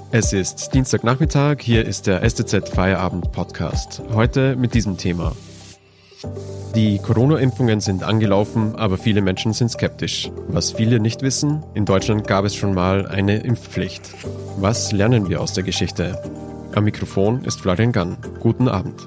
Es ist Dienstagnachmittag, hier ist der STZ Feierabend Podcast. Heute mit diesem Thema. Die Corona-Impfungen sind angelaufen, aber viele Menschen sind skeptisch. Was viele nicht wissen, in Deutschland gab es schon mal eine Impfpflicht. Was lernen wir aus der Geschichte? Am Mikrofon ist Florian Gann. Guten Abend.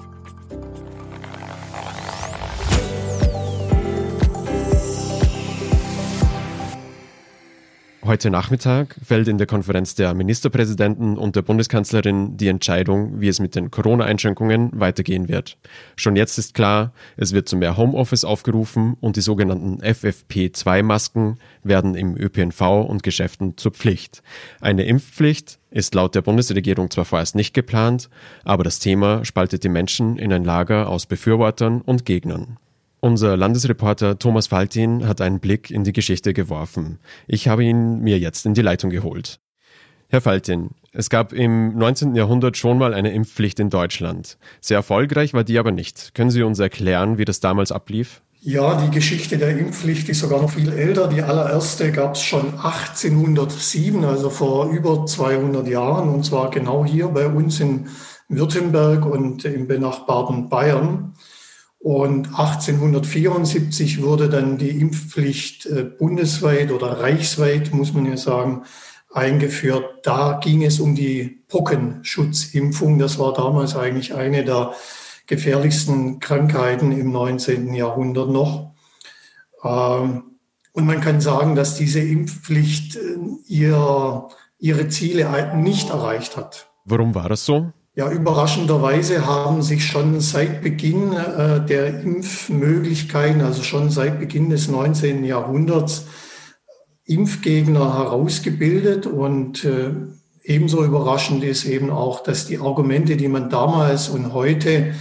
Heute Nachmittag fällt in der Konferenz der Ministerpräsidenten und der Bundeskanzlerin die Entscheidung, wie es mit den Corona-Einschränkungen weitergehen wird. Schon jetzt ist klar, es wird zu mehr Homeoffice aufgerufen und die sogenannten FFP2-Masken werden im ÖPNV und Geschäften zur Pflicht. Eine Impfpflicht ist laut der Bundesregierung zwar vorerst nicht geplant, aber das Thema spaltet die Menschen in ein Lager aus Befürwortern und Gegnern. Unser Landesreporter Thomas Faltin hat einen Blick in die Geschichte geworfen. Ich habe ihn mir jetzt in die Leitung geholt. Herr Faltin, es gab im 19. Jahrhundert schon mal eine Impfpflicht in Deutschland. Sehr erfolgreich war die aber nicht. Können Sie uns erklären, wie das damals ablief? Ja, die Geschichte der Impfpflicht ist sogar noch viel älter. Die allererste gab es schon 1807, also vor über 200 Jahren, und zwar genau hier bei uns in Württemberg und im benachbarten Bayern. Und 1874 wurde dann die Impfpflicht bundesweit oder reichsweit, muss man ja sagen, eingeführt. Da ging es um die Pockenschutzimpfung. Das war damals eigentlich eine der gefährlichsten Krankheiten im 19. Jahrhundert noch. Und man kann sagen, dass diese Impfpflicht ihre Ziele nicht erreicht hat. Warum war das so? Ja, überraschenderweise haben sich schon seit Beginn der Impfmöglichkeiten, also schon seit Beginn des 19. Jahrhunderts, Impfgegner herausgebildet. Und ebenso überraschend ist eben auch, dass die Argumente, die man damals und heute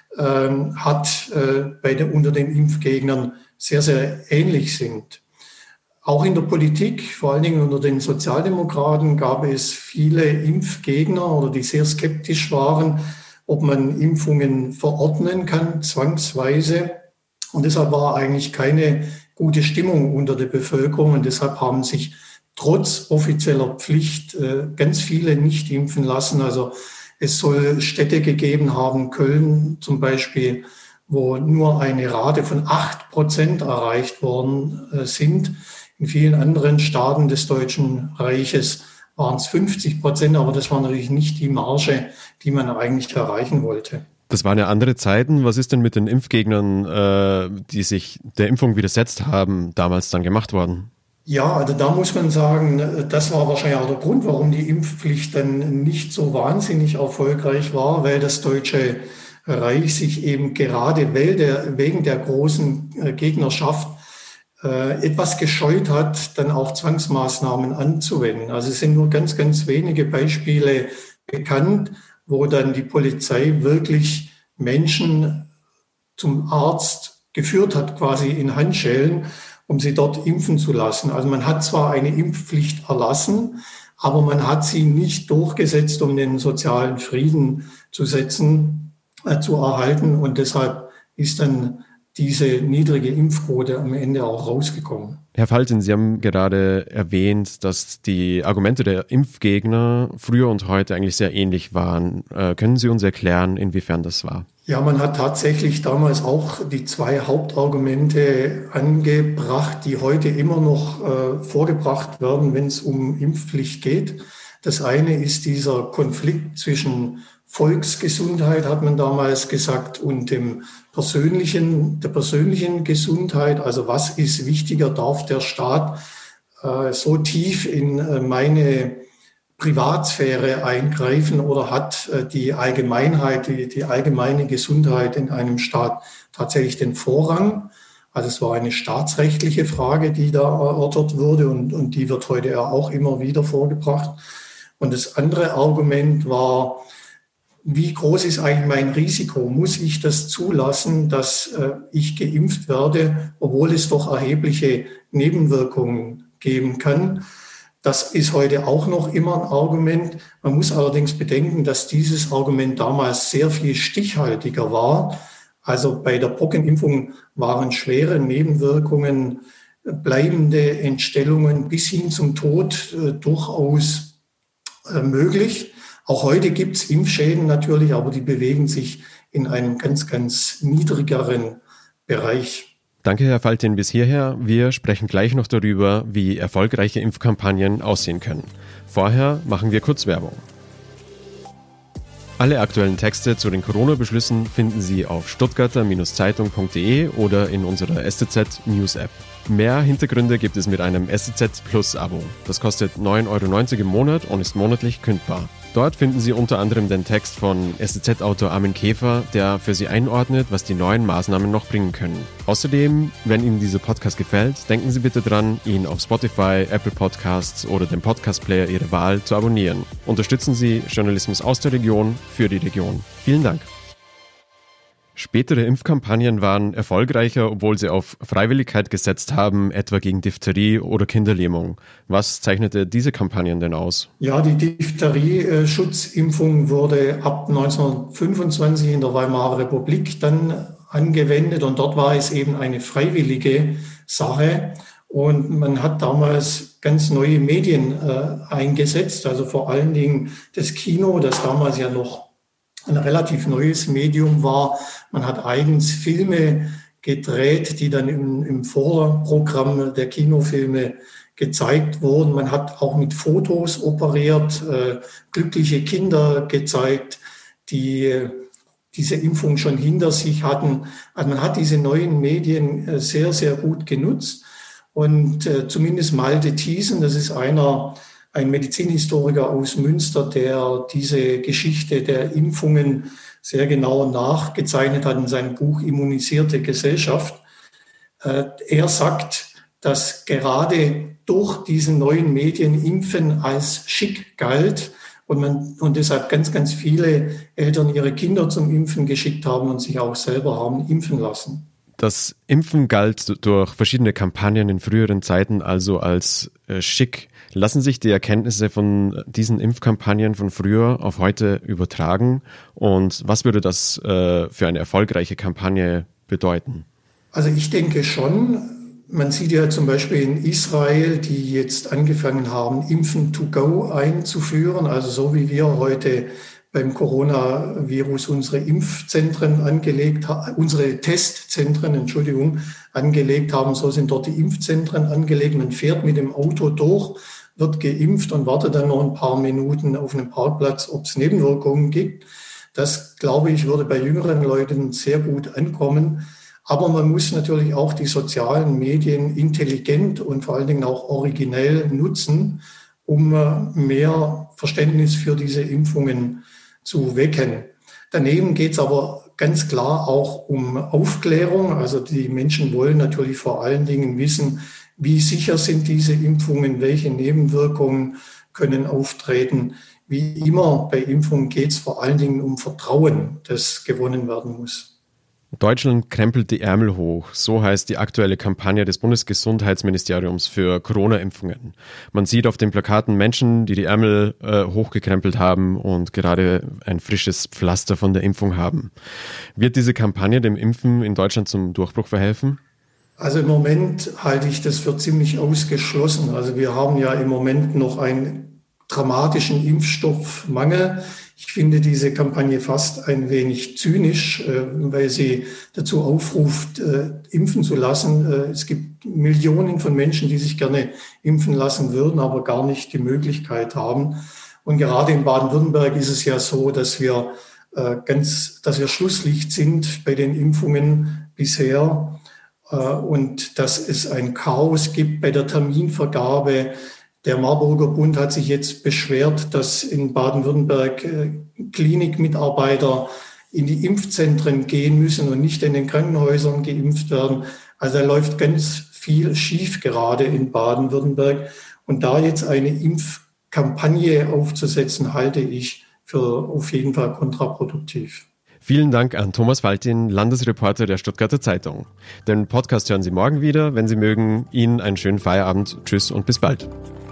hat, unter den Impfgegnern sehr, sehr ähnlich sind. Auch in der Politik, vor allen Dingen unter den Sozialdemokraten, gab es viele Impfgegner oder die sehr skeptisch waren, ob man Impfungen verordnen kann, zwangsweise. Und deshalb war eigentlich keine gute Stimmung unter der Bevölkerung. Und deshalb haben sich trotz offizieller Pflicht ganz viele nicht impfen lassen. Also es soll Städte gegeben haben, Köln zum Beispiel, wo nur eine Rate von 8% erreicht worden sind. In vielen anderen Staaten des Deutschen Reiches waren es 50%, aber das war natürlich nicht die Marge, die man eigentlich erreichen wollte. Das waren ja andere Zeiten. Was ist denn mit den Impfgegnern, die sich der Impfung widersetzt haben, damals dann gemacht worden? Ja, also da muss man sagen, das war wahrscheinlich auch der Grund, warum die Impfpflicht dann nicht so wahnsinnig erfolgreich war, weil das Deutsche Reich sich eben gerade wegen der großen Gegnerschaft etwas gescheut hat, dann auch Zwangsmaßnahmen anzuwenden. Also es sind nur ganz, ganz wenige Beispiele bekannt, wo dann die Polizei wirklich Menschen zum Arzt geführt hat, quasi in Handschellen, um sie dort impfen zu lassen. Also man hat zwar eine Impfpflicht erlassen, aber man hat sie nicht durchgesetzt, um den sozialen Frieden zu erhalten. Und deshalb ist dann diese niedrige Impfquote am Ende auch rausgekommen. Herr Faltin, Sie haben gerade erwähnt, dass die Argumente der Impfgegner früher und heute eigentlich sehr ähnlich waren. Können Sie uns erklären, inwiefern das war? Ja, man hat tatsächlich damals auch die zwei Hauptargumente angebracht, die heute immer noch vorgebracht werden, wenn es um Impfpflicht geht. Das eine ist dieser Konflikt zwischen Volksgesundheit, hat man damals gesagt, und der persönlichen Gesundheit. Also was ist wichtiger? Darf der Staat so tief in meine Privatsphäre eingreifen oder hat die Allgemeinheit, die allgemeine Gesundheit in einem Staat tatsächlich den Vorrang? Also es war eine staatsrechtliche Frage, die da erörtert wurde und die wird heute ja auch immer wieder vorgebracht. Und das andere Argument war, wie groß ist eigentlich mein Risiko? Muss ich das zulassen, dass ich geimpft werde, obwohl es doch erhebliche Nebenwirkungen geben kann? Das ist heute auch noch immer ein Argument. Man muss allerdings bedenken, dass dieses Argument damals sehr viel stichhaltiger war. Also bei der Pockenimpfung waren schwere Nebenwirkungen, bleibende Entstellungen bis hin zum Tod durchaus möglich. Auch heute gibt es Impfschäden natürlich, aber die bewegen sich in einem ganz, ganz niedrigeren Bereich. Danke, Herr Faltin, bis hierher. Wir sprechen gleich noch darüber, wie erfolgreiche Impfkampagnen aussehen können. Vorher machen wir kurz Werbung. Alle aktuellen Texte zu den Corona-Beschlüssen finden Sie auf stuttgarter-zeitung.de oder in unserer STZ News App. Mehr Hintergründe gibt es mit einem STZ Plus Abo. Das kostet 9,90 € im Monat und ist monatlich kündbar. Dort finden Sie unter anderem den Text von STZ-Autor Armin Käfer, der für Sie einordnet, was die neuen Maßnahmen noch bringen können. Außerdem, wenn Ihnen dieser Podcast gefällt, denken Sie bitte dran, ihn auf Spotify, Apple Podcasts oder dem Podcast-Player Ihrer Wahl zu abonnieren. Unterstützen Sie Journalismus aus der Region für die Region. Vielen Dank. Spätere Impfkampagnen waren erfolgreicher, obwohl sie auf Freiwilligkeit gesetzt haben, etwa gegen Diphtherie oder Kinderlähmung. Was zeichnete diese Kampagnen denn aus? Ja, die Diphtherie-Schutzimpfung wurde ab 1925 in der Weimarer Republik dann angewendet und dort war es eben eine freiwillige Sache. Und man hat damals ganz neue Medien eingesetzt, also vor allen Dingen das Kino, das damals ja noch ein relativ neues Medium war. Man hat eigens Filme gedreht, die dann im Vorprogramm der Kinofilme gezeigt wurden. Man hat auch mit Fotos operiert, glückliche Kinder gezeigt, die diese Impfung schon hinter sich hatten. Also man hat diese neuen Medien sehr, sehr gut genutzt. Und zumindest Malte Thiessen, das ist ein Medizinhistoriker aus Münster, der diese Geschichte der Impfungen sehr genau nachgezeichnet hat in seinem Buch Immunisierte Gesellschaft. Er sagt, dass gerade durch diese neuen Medien Impfen als schick galt und deshalb ganz, ganz viele Eltern ihre Kinder zum Impfen geschickt haben und sich auch selber haben impfen lassen. Das Impfen galt durch verschiedene Kampagnen in früheren Zeiten also als schick. Lassen sich die Erkenntnisse von diesen Impfkampagnen von früher auf heute übertragen? Und was würde das für eine erfolgreiche Kampagne bedeuten? Also ich denke schon. Man sieht ja zum Beispiel in Israel, die jetzt angefangen haben, Impfen to go einzuführen. Also so wie wir heute beim Coronavirus unsere Impfzentren unsere Testzentren, angelegt haben. So sind dort die Impfzentren angelegt. Man fährt mit dem Auto durch, wird geimpft und wartet dann noch ein paar Minuten auf einem Parkplatz, ob es Nebenwirkungen gibt. Das, glaube ich, würde bei jüngeren Leuten sehr gut ankommen. Aber man muss natürlich auch die sozialen Medien intelligent und vor allen Dingen auch originell nutzen, um mehr Verständnis für diese Impfungen zu wecken. Daneben geht es aber ganz klar auch um Aufklärung. Also die Menschen wollen natürlich vor allen Dingen wissen, wie sicher sind diese Impfungen, welche Nebenwirkungen können auftreten. Wie immer bei Impfungen geht es vor allen Dingen um Vertrauen, das gewonnen werden muss. Deutschland krempelt die Ärmel hoch, so heißt die aktuelle Kampagne des Bundesgesundheitsministeriums für Corona-Impfungen. Man sieht auf den Plakaten Menschen, die Ärmel hochgekrempelt haben und gerade ein frisches Pflaster von der Impfung haben. Wird diese Kampagne dem Impfen in Deutschland zum Durchbruch verhelfen? Also im Moment halte ich das für ziemlich ausgeschlossen. Also wir haben ja im Moment noch einen dramatischen Impfstoffmangel. Ich finde diese Kampagne fast ein wenig zynisch, weil sie dazu aufruft, impfen zu lassen. Es gibt Millionen von Menschen, die sich gerne impfen lassen würden, aber gar nicht die Möglichkeit haben. Und gerade in Baden-Württemberg ist es ja so, dass wir Schlusslicht sind bei den Impfungen bisher und dass es ein Chaos gibt bei der Terminvergabe. Der Marburger Bund hat sich jetzt beschwert, dass in Baden-Württemberg Klinikmitarbeiter in die Impfzentren gehen müssen und nicht in den Krankenhäusern geimpft werden. Also da läuft ganz viel schief gerade in Baden-Württemberg. Und da jetzt eine Impfkampagne aufzusetzen, halte ich für auf jeden Fall kontraproduktiv. Vielen Dank an Thomas Faltin, Landesreporter der Stuttgarter Zeitung. Den Podcast hören Sie morgen wieder. Wenn Sie mögen, Ihnen einen schönen Feierabend. Tschüss und bis bald.